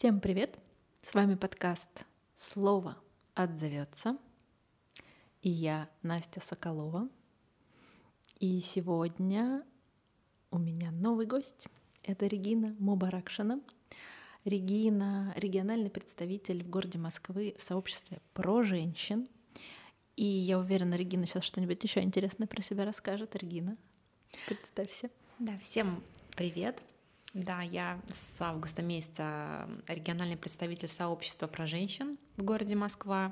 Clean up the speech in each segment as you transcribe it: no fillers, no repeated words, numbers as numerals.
Всем привет! С вами подкаст «Слово отзовется». И я, Настя Соколова. И сегодня у меня новый гость. Это Регина Мубаракшина. Регина — региональный представитель в городе Москвы в сообществе про женщин. И я уверена, Регина сейчас что-нибудь еще интересное про себя расскажет. Регина, представься. Да, всем привет. Да, я с августа месяца региональный представитель сообщества про женщин в городе Москва.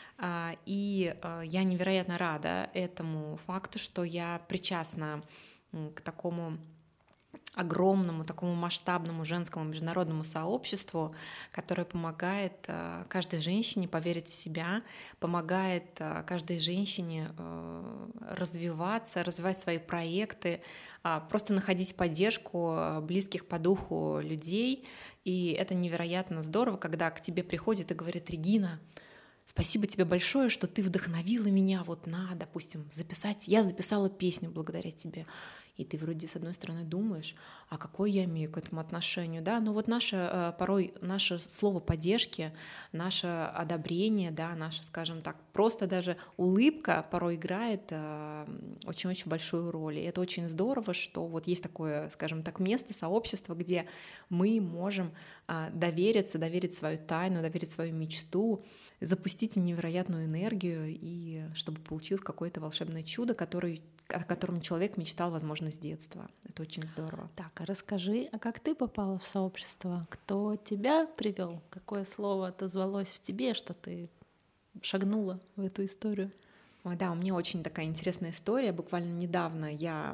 И я невероятно рада этому факту, что я причастна к такому огромному, такому масштабному женскому международному сообществу, которое помогает каждой женщине поверить в себя, помогает каждой женщине развиваться, развивать свои проекты, просто находить поддержку близких по духу людей. И это невероятно здорово, когда к тебе приходит и говорит: Регина, спасибо тебе большое, что ты вдохновила меня допустим, записать. Я записала песню благодаря тебе. И ты вроде с одной стороны думаешь, а какое я имею к этому отношению, да? Но порой наше слово поддержки, наше одобрение, да, наша, скажем так, просто даже улыбка порой играет очень-очень большую роль. И это очень здорово, что вот есть такое, скажем так, место, сообщество, где мы можем доверить свою тайну, доверить свою мечту, запустить невероятную энергию, и чтобы получилось какое-то волшебное чудо, о котором человек мечтал, возможно, с детства. Это очень здорово. Так, а расскажи, а как ты попала в сообщество? Кто тебя привел? Какое слово отозвалось в тебе, что ты шагнула в эту историю? Да, у меня очень такая интересная история. Буквально недавно я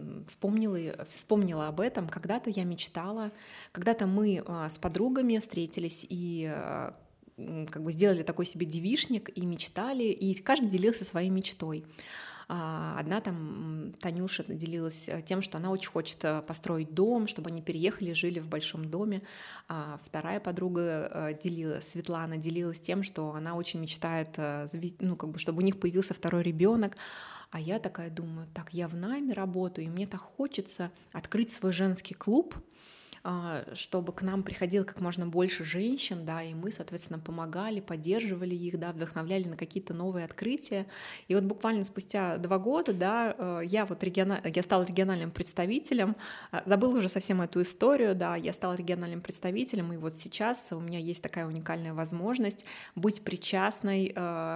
вспомнила об этом. Когда-то я мечтала, когда-то мы с подругами встретились и как бы сделали такой себе девичник и мечтали, и каждый делился своей мечтой. Одна там, Танюша, делилась тем, что она очень хочет построить дом, чтобы они переехали, жили в большом доме. А вторая подруга Светлана, делилась тем, что она очень мечтает, чтобы у них появился второй ребенок. А я такая думаю, я в найме работаю, и мне так хочется открыть свой женский клуб, чтобы к нам приходило как можно больше женщин, да, и мы, соответственно, помогали, поддерживали их, да, вдохновляли на какие-то новые открытия. И вот буквально спустя 2 года, да, я стала региональным представителем, забыла уже совсем эту историю, да, я стала региональным представителем, и вот сейчас у меня есть такая уникальная возможность быть причастной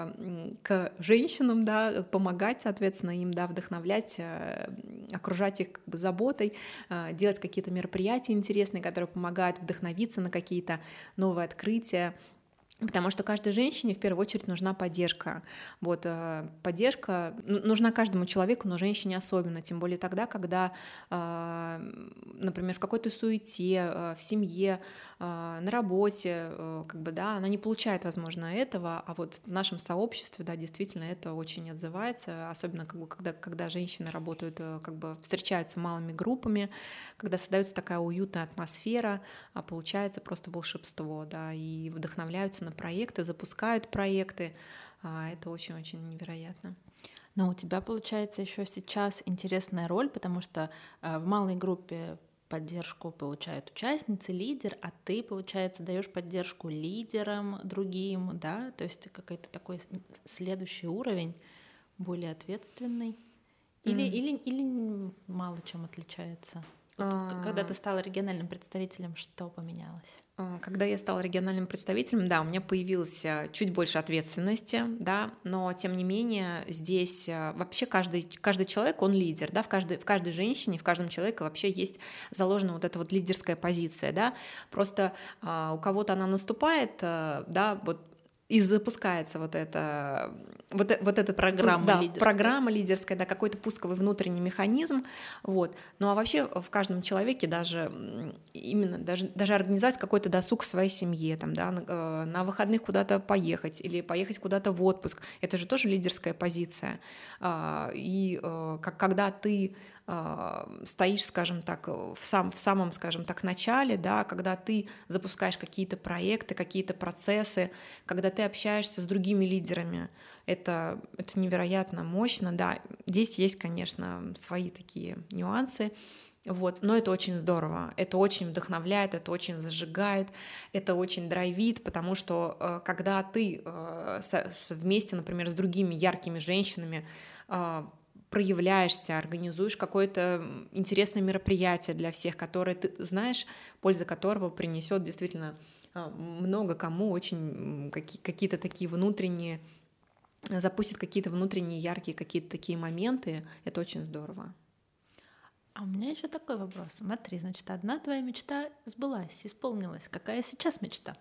к женщинам, да, помогать, соответственно, им, да, вдохновлять, окружать их как бы заботой, делать какие-то мероприятия интересные, которые помогают вдохновиться на какие-то новые открытия. Потому что каждой женщине в первую очередь нужна поддержка. Вот, поддержка нужна каждому человеку, но женщине особенно, тем более тогда, когда, например, в какой-то суете, в семье, на работе, она не получает, возможно, этого, а вот в нашем сообществе, да, действительно это очень отзывается, особенно когда женщины работают, встречаются малыми группами, когда создается такая уютная атмосфера, получается просто волшебство, да, и вдохновляются на проекты, запускают проекты. Это очень-очень невероятно. Но у тебя, получается, еще сейчас интересная роль, потому что в малой группе поддержку получают участницы, лидер, а ты, получается, даешь поддержку лидерам другим, да, то есть какой-то такой следующий уровень, более ответственный, или мало чем отличается? Когда ты стала региональным представителем, что поменялось? Когда я стала региональным представителем, да, у меня появилось чуть больше ответственности, да, но тем не менее здесь вообще каждый человек, он лидер, да, в каждой женщине, в каждом человеке вообще есть заложена вот эта вот лидерская позиция, да, просто у кого-то она наступает, да, вот, и запускается вот эта программа лидерская, да, какой-то пусковой внутренний механизм, вот. Ну а вообще в каждом человеке даже организовать какой-то досуг в своей семье, там, да, на выходных куда-то поехать или поехать куда-то в отпуск, это же тоже лидерская позиция. И когда ты стоишь, скажем так, в самом, скажем так, начале, да, когда ты запускаешь какие-то проекты, какие-то процессы, когда ты общаешься с другими лидерами, это невероятно мощно, да. Здесь есть, конечно, свои такие нюансы, Вот, но это очень здорово, это очень вдохновляет, это очень зажигает, это очень драйвит, потому что когда ты вместе, например, с другими яркими женщинами проявляешься, организуешь какое-то интересное мероприятие для всех, которое ты знаешь, польза которого принесет действительно много кому, очень какие-то такие внутренние, запустит какие-то внутренние яркие какие-то такие моменты, это очень здорово. А у меня еще такой вопрос. Смотри, значит, одна твоя мечта сбылась, исполнилась. Какая сейчас мечта?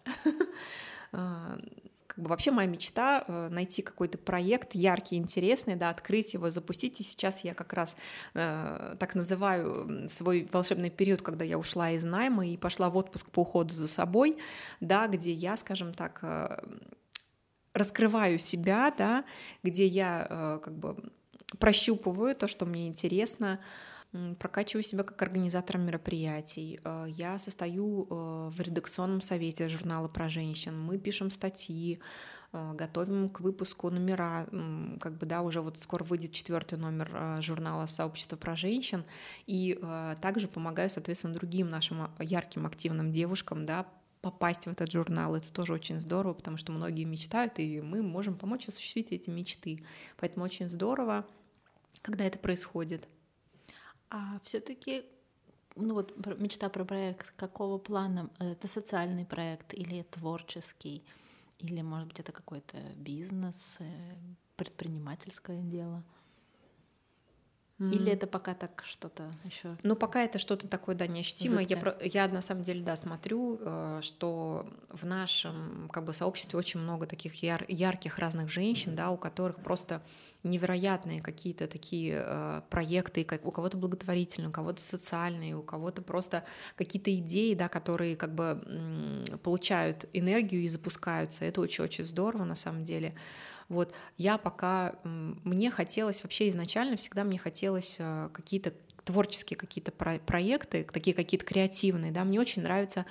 Вообще моя мечта найти какой-то проект яркий, интересный, да, открыть его, запустить. И сейчас я как раз так называю свой волшебный период, когда я ушла из найма и пошла в отпуск по уходу за собой, да, где я, скажем так, раскрываю себя, да, где я прощупываю то, что мне интересно, прокачиваю себя как организатором мероприятий. Я состою в редакционном совете журнала про женщин. Мы пишем статьи, готовим к выпуску номера. Уже вот скоро выйдет 4-й номер журнала «Сообщество про женщин». И также помогаю, соответственно, другим нашим ярким, активным девушкам, да, попасть в этот журнал. Это тоже очень здорово, потому что многие мечтают, и мы можем помочь осуществить эти мечты. Поэтому очень здорово, когда это происходит. А все-таки, мечта про проект какого плана? Это социальный проект или творческий? Или, может быть, это какой-то бизнес, предпринимательское дело? Или это пока так что-то еще? Пока это что-то такое, да, неощутимое. Я на самом деле, да, смотрю, что в нашем сообществе очень много таких ярких разных женщин, да, у которых просто невероятные какие-то такие проекты, у кого-то благотворительные, у кого-то социальные, у кого-то просто какие-то идеи, да, которые получают энергию и запускаются. Это очень-очень здорово на самом деле. Вот, я пока, мне хотелось, вообще изначально всегда мне хотелось какие-то творческие какие-то проекты, такие какие-то креативные, да, мне очень нравится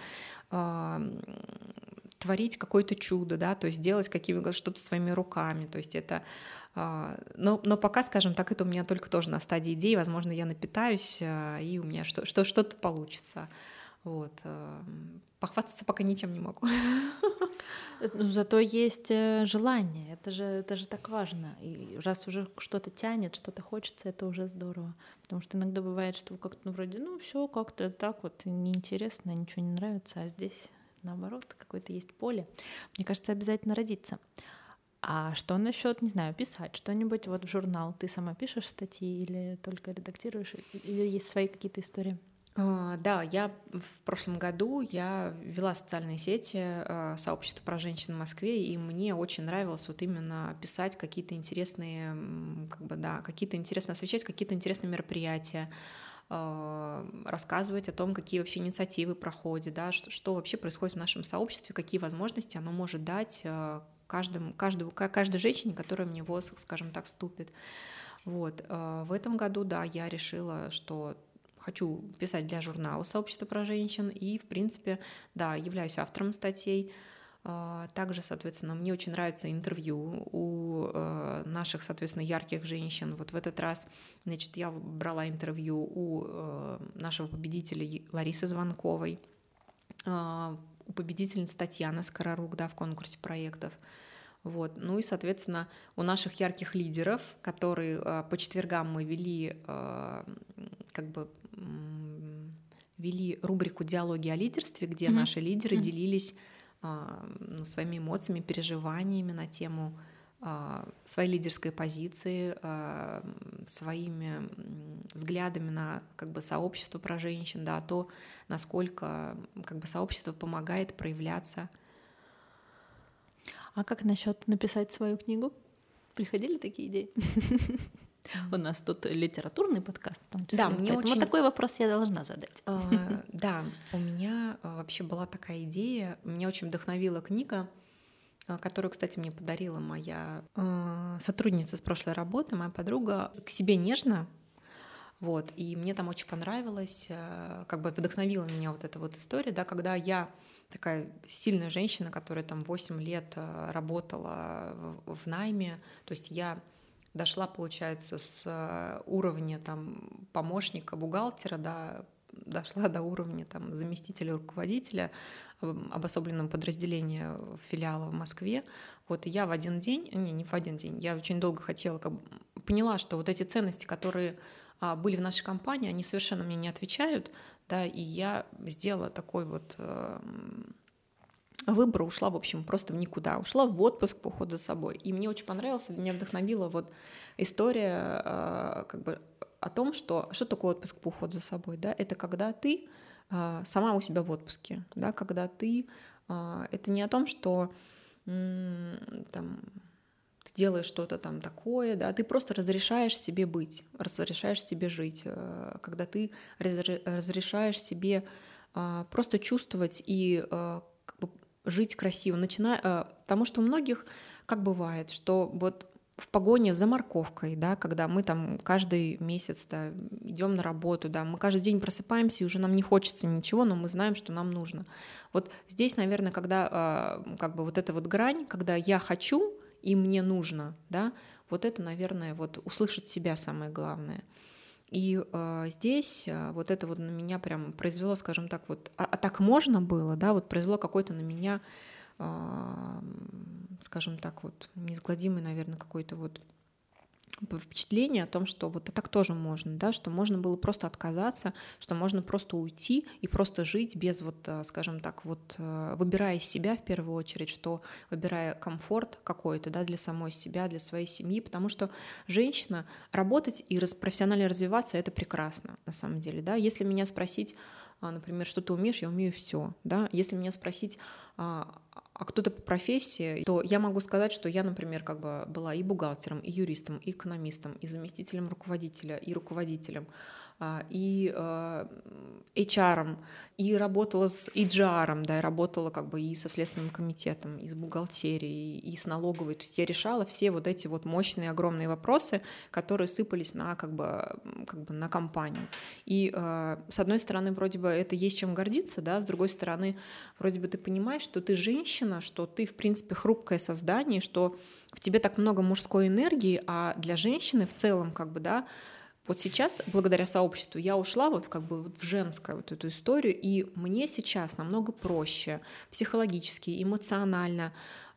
творить какое-то чудо, да, то есть делать что-то своими руками, то есть это, но пока, скажем так, это у меня только тоже на стадии идей, возможно, я напитаюсь, и у меня что-то получится, вот, похвастаться пока ничем не могу. Зато есть желание, это же так важно. И раз уже что-то тянет, что-то хочется, это уже здорово. Потому что иногда бывает, что как-то вроде, все как-то так вот неинтересно, ничего не нравится, а здесь наоборот какое-то есть поле. Мне кажется, обязательно родиться. А что насчет, не знаю, писать что-нибудь вот в журнал? Ты сама пишешь статьи или только редактируешь? Или есть свои какие-то истории? Да, я в прошлом году я вела социальные сети сообщества про женщин в Москве, и мне очень нравилось вот именно писать какие-то интересные, какие-то интересные, освещать какие-то интересные мероприятия, рассказывать о том, какие вообще инициативы проходят, да, что вообще происходит в нашем сообществе, какие возможности оно может дать каждой женщине, которая в него, скажем так, вступит. Вот. В этом году, да, я решила, что хочу писать для журнала «Сообщество про женщин» и, в принципе, да, являюсь автором статей. Также, соответственно, мне очень нравится интервью у наших, соответственно, ярких женщин. Вот в этот раз, значит, я брала интервью у нашего победителя Ларисы Звонковой, у победительницы Татьяны Скорорук, да, в конкурсе проектов. Вот. Ну и, соответственно, у наших ярких лидеров, которые по четвергам мы вели рубрику «Диалоги о лидерстве», где наши лидеры делились своими эмоциями, переживаниями на тему своей лидерской позиции, своими взглядами на сообщество про женщин, да, то, насколько сообщество помогает проявляться. А как насчет написать свою книгу? Приходили такие идеи? У нас тут литературный подкаст, в том числе. Да, поэтому такой вопрос я должна задать. Да, у меня вообще была такая идея. Меня очень вдохновила книга, которую, кстати, мне подарила моя сотрудница с прошлой работы, моя подруга «К себе нежно». Вот, и мне там очень понравилось, вдохновила меня вот эта вот история, да, когда я такая сильная женщина, которая там 8 лет работала в найме, то есть я дошла, получается, с уровня там помощника бухгалтера, да, дошла до уровня там заместителя руководителя обособленного подразделения филиала в Москве. Вот и я в один день, не в один день, я очень долго хотела, поняла, что вот эти ценности, которые были в нашей компании, они совершенно мне не отвечают, да, и я сделала такой вот выбор, ушла, в общем, просто в никуда, ушла в отпуск по уходу за собой. И мне очень понравилось, меня вдохновила вот история как бы о том, что такое отпуск по уходу за собой, да, это когда ты сама у себя в отпуске, да, когда ты, это не о том, что там ты делаешь что-то там такое, да, ты просто разрешаешь себе быть, разрешаешь себе жить, когда ты разрешаешь себе просто чувствовать и как бы жить красиво, потому что у многих как бывает, что вот в погоне за морковкой, да, когда мы там каждый месяц, да, идем на работу, да, мы каждый день просыпаемся, и уже нам не хочется ничего, но мы знаем, что нам нужно. Вот здесь, наверное, когда как бы вот эта вот грань, когда я хочу и мне нужно, да, вот это, наверное, вот услышать себя самое главное. И здесь вот это вот на меня прям произвело, скажем так, вот, так можно было, да, вот произвело какой-то на меня, скажем так, вот неизгладимый, наверное, какой-то вот впечатление о том, что вот и так тоже можно, да, что можно было просто отказаться, что можно просто уйти и просто жить без вот, скажем так, вот выбирая себя в первую очередь, что выбирая комфорт какой-то, да, для самой себя, для своей семьи, потому что женщина работать и профессионально развиваться — это прекрасно на самом деле, да. Если меня спросить, например, что ты умеешь, я умею все, да. Если меня спросить, а кто-то по профессии, то я могу сказать, что я, например, как бы была и бухгалтером, и юристом, и экономистом, и заместителем руководителя, и руководителем, и HR, и работала с HR, да, и работала как бы и со Следственным комитетом, и с бухгалтерией, и с налоговой. То есть я решала все вот эти вот мощные, огромные вопросы, которые сыпались на как бы на компанию. И с одной стороны, вроде бы это есть чем гордиться, да, с другой стороны, вроде бы ты понимаешь, что ты женщина, что ты, в принципе, хрупкое создание, что в тебе так много мужской энергии, а для женщины в целом, как бы, да, вот сейчас, благодаря сообществу, я ушла вот как бы вот в женскую вот эту историю, и мне сейчас намного проще психологически, эмоционально,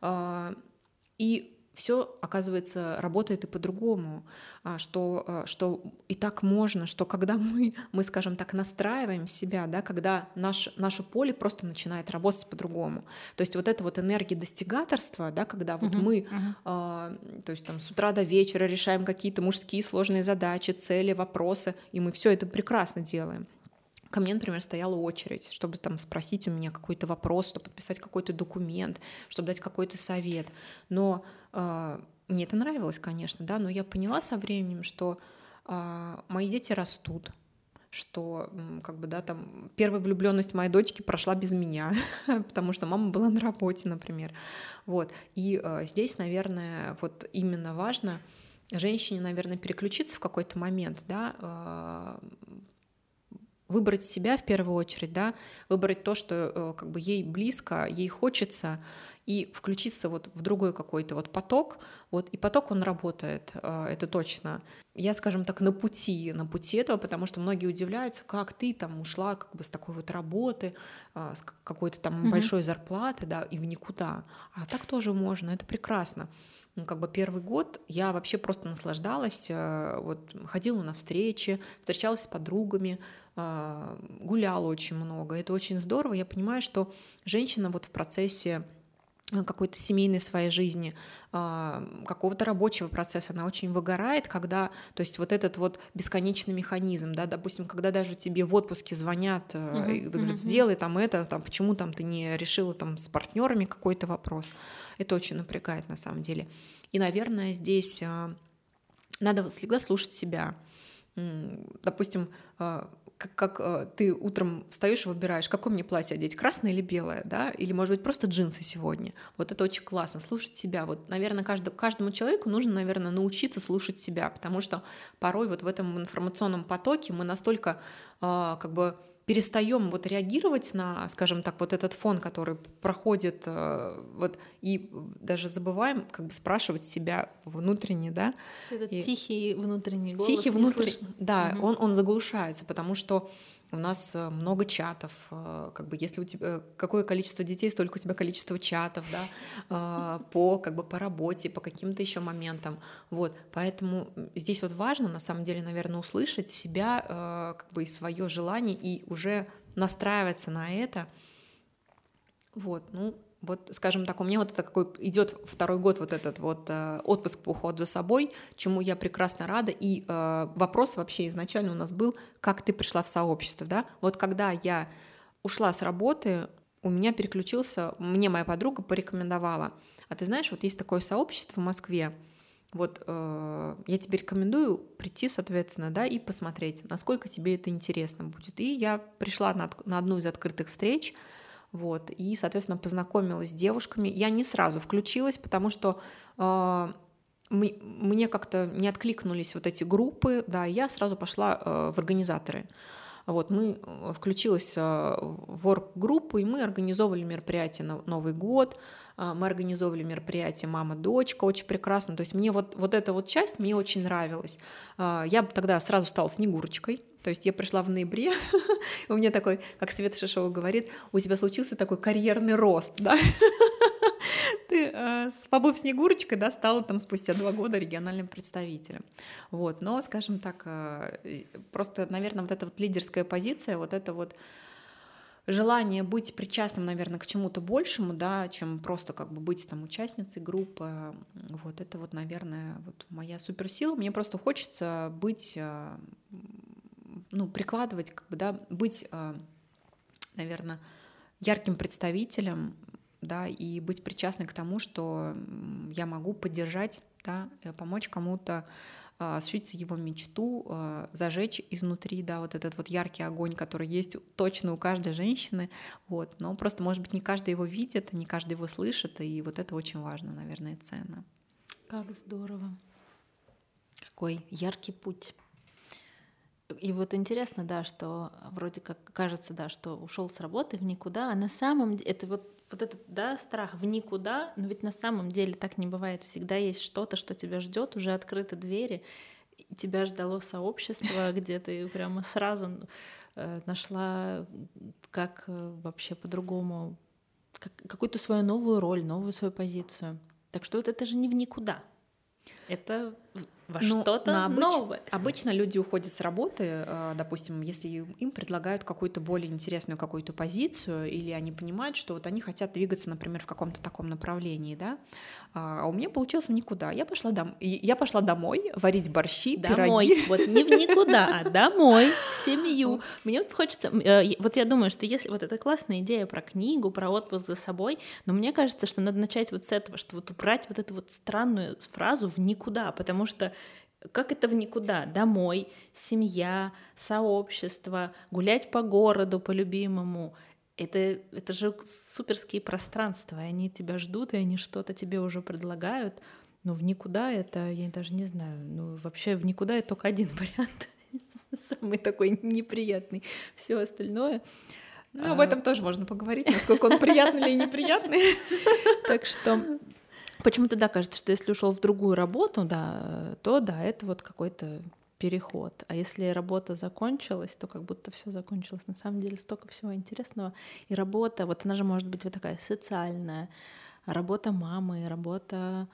и все, оказывается, работает и по-другому, что и так можно, что когда мы, скажем так, настраиваем себя, да, когда наше поле просто начинает работать по-другому. То есть вот эта вот энергия достигаторства, да, когда вот мы, то есть там с утра до вечера решаем какие-то мужские сложные задачи, цели, вопросы, и мы все это прекрасно делаем. Ко мне, например, стояла очередь, чтобы там спросить у меня какой-то вопрос, чтобы подписать какой-то документ, чтобы дать какой-то совет. Но мне это нравилось, конечно, да, но я поняла со временем, что мои дети растут, что как бы, да, там первая влюбленность моей дочки прошла без меня, потому что мама была на работе, например. Вот. И здесь, наверное, вот именно важно женщине, наверное, переключиться в какой-то момент, да, выбрать себя в первую очередь, да, выбрать то, что как бы ей близко, ей хочется, и включиться вот в другой какой-то вот поток, вот, и поток он работает, это точно. Я, скажем так, на пути этого, потому что многие удивляются, как ты там ушла как бы с такой вот работы, с какой-то там большой зарплаты, да, и в никуда. А так тоже можно, это прекрасно. Ну, как бы первый год я вообще просто наслаждалась, вот, ходила на встречи, встречалась с подругами, гуляла очень много. Это очень здорово. Я понимаю, что женщина вот в процессе какой-то семейной своей жизни, какого-то рабочего процесса, она очень выгорает, когда, то есть вот этот вот бесконечный механизм, да, допустим, когда даже тебе в отпуске звонят и говорят, сделай там это, там, почему там ты не решила там с партнерами какой-то вопрос, это очень напрягает на самом деле. И, наверное, здесь надо всегда слушать себя. Допустим, как ты утром встаешь и выбираешь, какое мне платье одеть, красное или белое, да, или, может быть, просто джинсы сегодня. Вот это очень классно, слушать себя. Вот, наверное, каждому человеку нужно, наверное, научиться слушать себя, потому что порой вот в этом информационном потоке мы настолько как бы перестаем вот реагировать на, скажем так, вот этот фон, который проходит, вот, и даже забываем как бы спрашивать себя внутренне, да. Этот И тихий внутренний голос тихий не внутренний, слышно. да, он заглушается, потому что у нас много чатов, как бы если у тебя какое количество детей, столько у тебя количество чатов, да, по как бы по работе, по каким-то еще моментам, вот, поэтому здесь вот важно, на самом деле, наверное, услышать себя, как бы и свое желание и уже настраиваться на это, вот, ну. Вот, скажем так, у меня вот это какой идет второй год вот этот вот отпуск по уходу за собой, чему я прекрасно рада. И вопрос вообще изначально у нас был, как ты пришла в сообщество, да? Вот когда я ушла с работы, у меня переключился, мне моя подруга порекомендовала. А ты знаешь, вот есть такое сообщество в Москве, вот я тебе рекомендую прийти, соответственно, да, и посмотреть, насколько тебе это интересно будет. И я пришла на одну из открытых встреч, вот, и, соответственно, познакомилась с девушками. Я не сразу включилась, потому что мне как-то не откликнулись вот эти группы, да, и я сразу пошла в организаторы. Вот, мы включилась в work-группу, и мы организовывали мероприятие на Новый год, мы организовывали мероприятие «Мама-дочка», очень прекрасно, то есть мне вот эта вот часть мне очень нравилась. Я тогда сразу стала Снегурочкой, то есть я пришла в ноябре, у меня такой, как Света Шишова говорит, у тебя случился такой карьерный рост, да? Ты, побыв Снегурочкой, да, стала там спустя 2 года региональным представителем. Вот, но, скажем так, просто, наверное, вот эта вот лидерская позиция, вот это вот желание быть причастным, наверное, к чему-то большему, да, чем просто как бы быть там участницей группы, вот это вот, наверное, вот моя суперсила. Мне просто хочется быть, ну, прикладывать, как бы, да, быть, наверное, ярким представителем, да, и быть причастной к тому, что я могу поддержать, да, помочь кому-то осуществить его мечту, зажечь изнутри, да, вот этот вот яркий огонь, который есть точно у каждой женщины, вот, но просто, может быть, не каждый его видит, не каждый его слышит, и вот это очень важно, наверное, и ценно. Как здорово. Какой яркий путь. И вот интересно, да, что вроде как кажется, да, что ушел с работы в никуда, а на самом деле это вот этот, да, страх в никуда, но ведь на самом деле так не бывает. Всегда есть что-то, что тебя ждет, уже открыты двери, и тебя ждало сообщество, где ты прямо сразу нашла, как вообще по-другому, какую-то свою новую роль, новую свою позицию. Так что вот это же не в никуда. Это во что-то новое. Обычно люди уходят с работы, допустим, если им предлагают какую-то более интересную какую-то позицию, или они понимают, что вот они хотят двигаться, например, в каком-то таком направлении, да. А у меня получилось в никуда. Я пошла домой варить борщи, домой. пироги. Вот не в никуда, а домой, в семью. Мне вот хочется... Вот я думаю, что если... Вот это классная идея про книгу, про отпуск за собой, но мне кажется, что надо начать вот с этого, что вот убрать вот эту вот странную фразу «в никуда», потому что как это в никуда? Домой, семья, сообщество, гулять по городу, по любимому. Это же суперские пространства, и они тебя ждут, и они что-то тебе уже предлагают. Но в никуда это, я даже не знаю, ну вообще в никуда это только один вариант, самый такой неприятный. Все остальное. Ну, об этом тоже можно поговорить, насколько он приятный или неприятный. Так что почему-то, да, кажется, что если ушел в другую работу, да, то да, это вот какой-то переход. А если работа закончилась, то как будто все закончилось. На самом деле столько всего интересного. И работа, вот она же может быть вот такая социальная, работа мамы, работа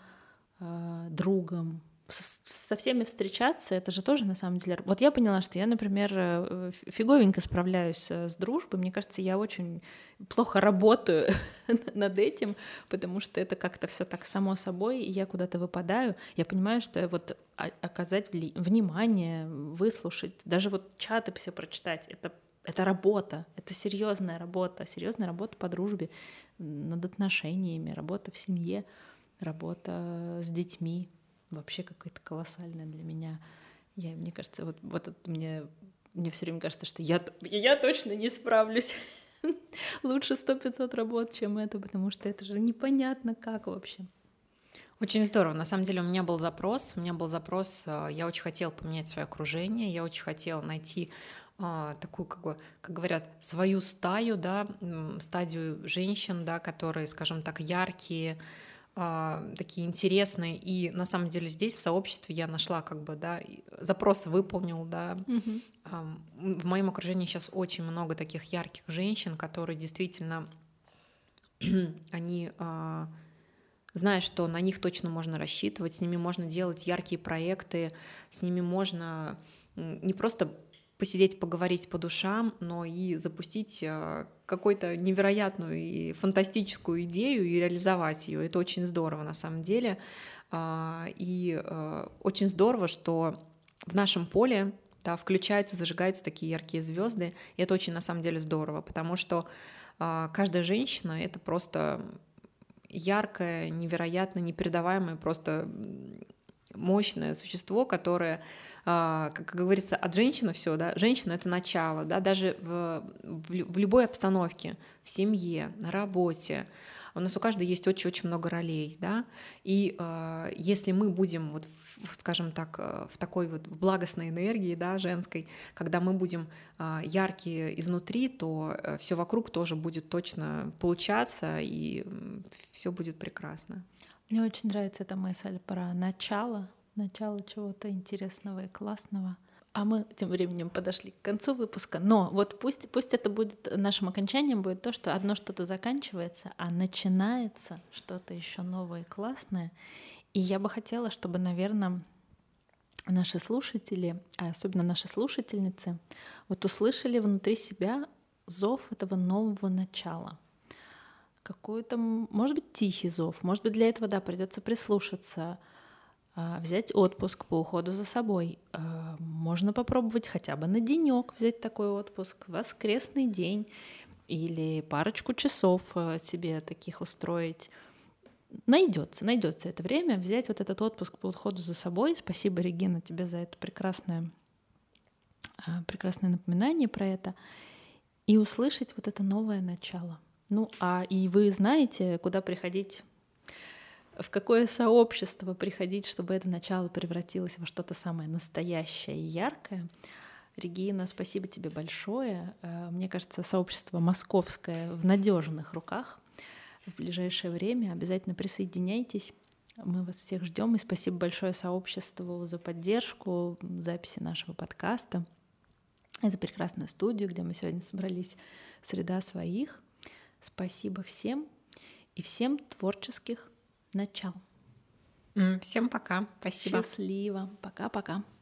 другом. Со всеми встречаться, это же тоже на самом деле... Вот я поняла, что я, например, фиговенько справляюсь с дружбой. Мне кажется, я очень плохо работаю над этим, потому что это как-то все так само собой, и я куда-то выпадаю. Я понимаю, что вот оказать внимание, выслушать, даже вот чаты все прочитать, это работа, это серьезная работа по дружбе, над отношениями, работа в семье, работа с детьми. Вообще какое-то колоссальное для меня. Мне кажется, вот это мне все время кажется, что я точно не справлюсь. Лучше 100-500 работ, чем это, потому что это же непонятно как вообще. Очень здорово. На самом деле у меня был запрос, я очень хотела поменять свое окружение, я очень хотела найти такую, как говорят, свою стаю, да, стадию женщин, да, которые, скажем так, яркие, такие интересные. И на самом деле здесь в сообществе я нашла, да, запрос выполнил, да. В моем окружении сейчас очень много таких ярких женщин, которые действительно, они знают, что на них точно можно рассчитывать, с ними можно делать яркие проекты, с ними можно не просто посидеть, поговорить по душам, но и запустить какую-то невероятную и фантастическую идею и реализовать ее. Это очень здорово на самом деле. И очень здорово, что в нашем поле, да, включаются, зажигаются такие яркие звезды. И это очень на самом деле здорово, потому что каждая женщина — это просто яркое, невероятно, непередаваемое, просто мощное существо, которое, как говорится, от женщины все, да, женщина — это начало, да, даже в любой обстановке, в семье, на работе. У нас у каждой есть очень-очень много ролей, да, и если мы будем, вот, скажем так, в такой вот благостной энергии, да, женской, когда мы будем яркие изнутри, то все вокруг тоже будет точно получаться, и все будет прекрасно. Мне очень нравится эта мысль про начало чего-то интересного и классного. А мы тем временем подошли к концу выпуска. Но вот пусть это будет нашим окончанием, будет то, что одно что-то заканчивается, а начинается что-то еще новое и классное. И я бы хотела, чтобы, наверное, наши слушатели, а особенно наши слушательницы, вот услышали внутри себя зов этого нового начала. Какой-то, может быть, тихий зов, может быть, для этого, да, придется прислушаться, взять отпуск по уходу за собой. Можно попробовать хотя бы на денек взять такой отпуск, воскресный день или парочку часов себе таких устроить. Найдется это время взять вот этот отпуск по уходу за собой. Спасибо, Регина, тебе за это прекрасное напоминание про это. И услышать вот это новое начало. И вы знаете, куда приходить, в какое сообщество приходить, чтобы это начало превратилось во что-то самое настоящее и яркое. Регина, спасибо тебе большое. Мне кажется, сообщество московское в надежных руках. В ближайшее время обязательно присоединяйтесь. Мы вас всех ждем. И спасибо большое сообществу за поддержку записи нашего подкаста, за прекрасную студию, где мы сегодня собрались, «Среда своих». Спасибо всем и всем творческих начал. Всем пока. Спасибо. Счастливо. Пока-пока.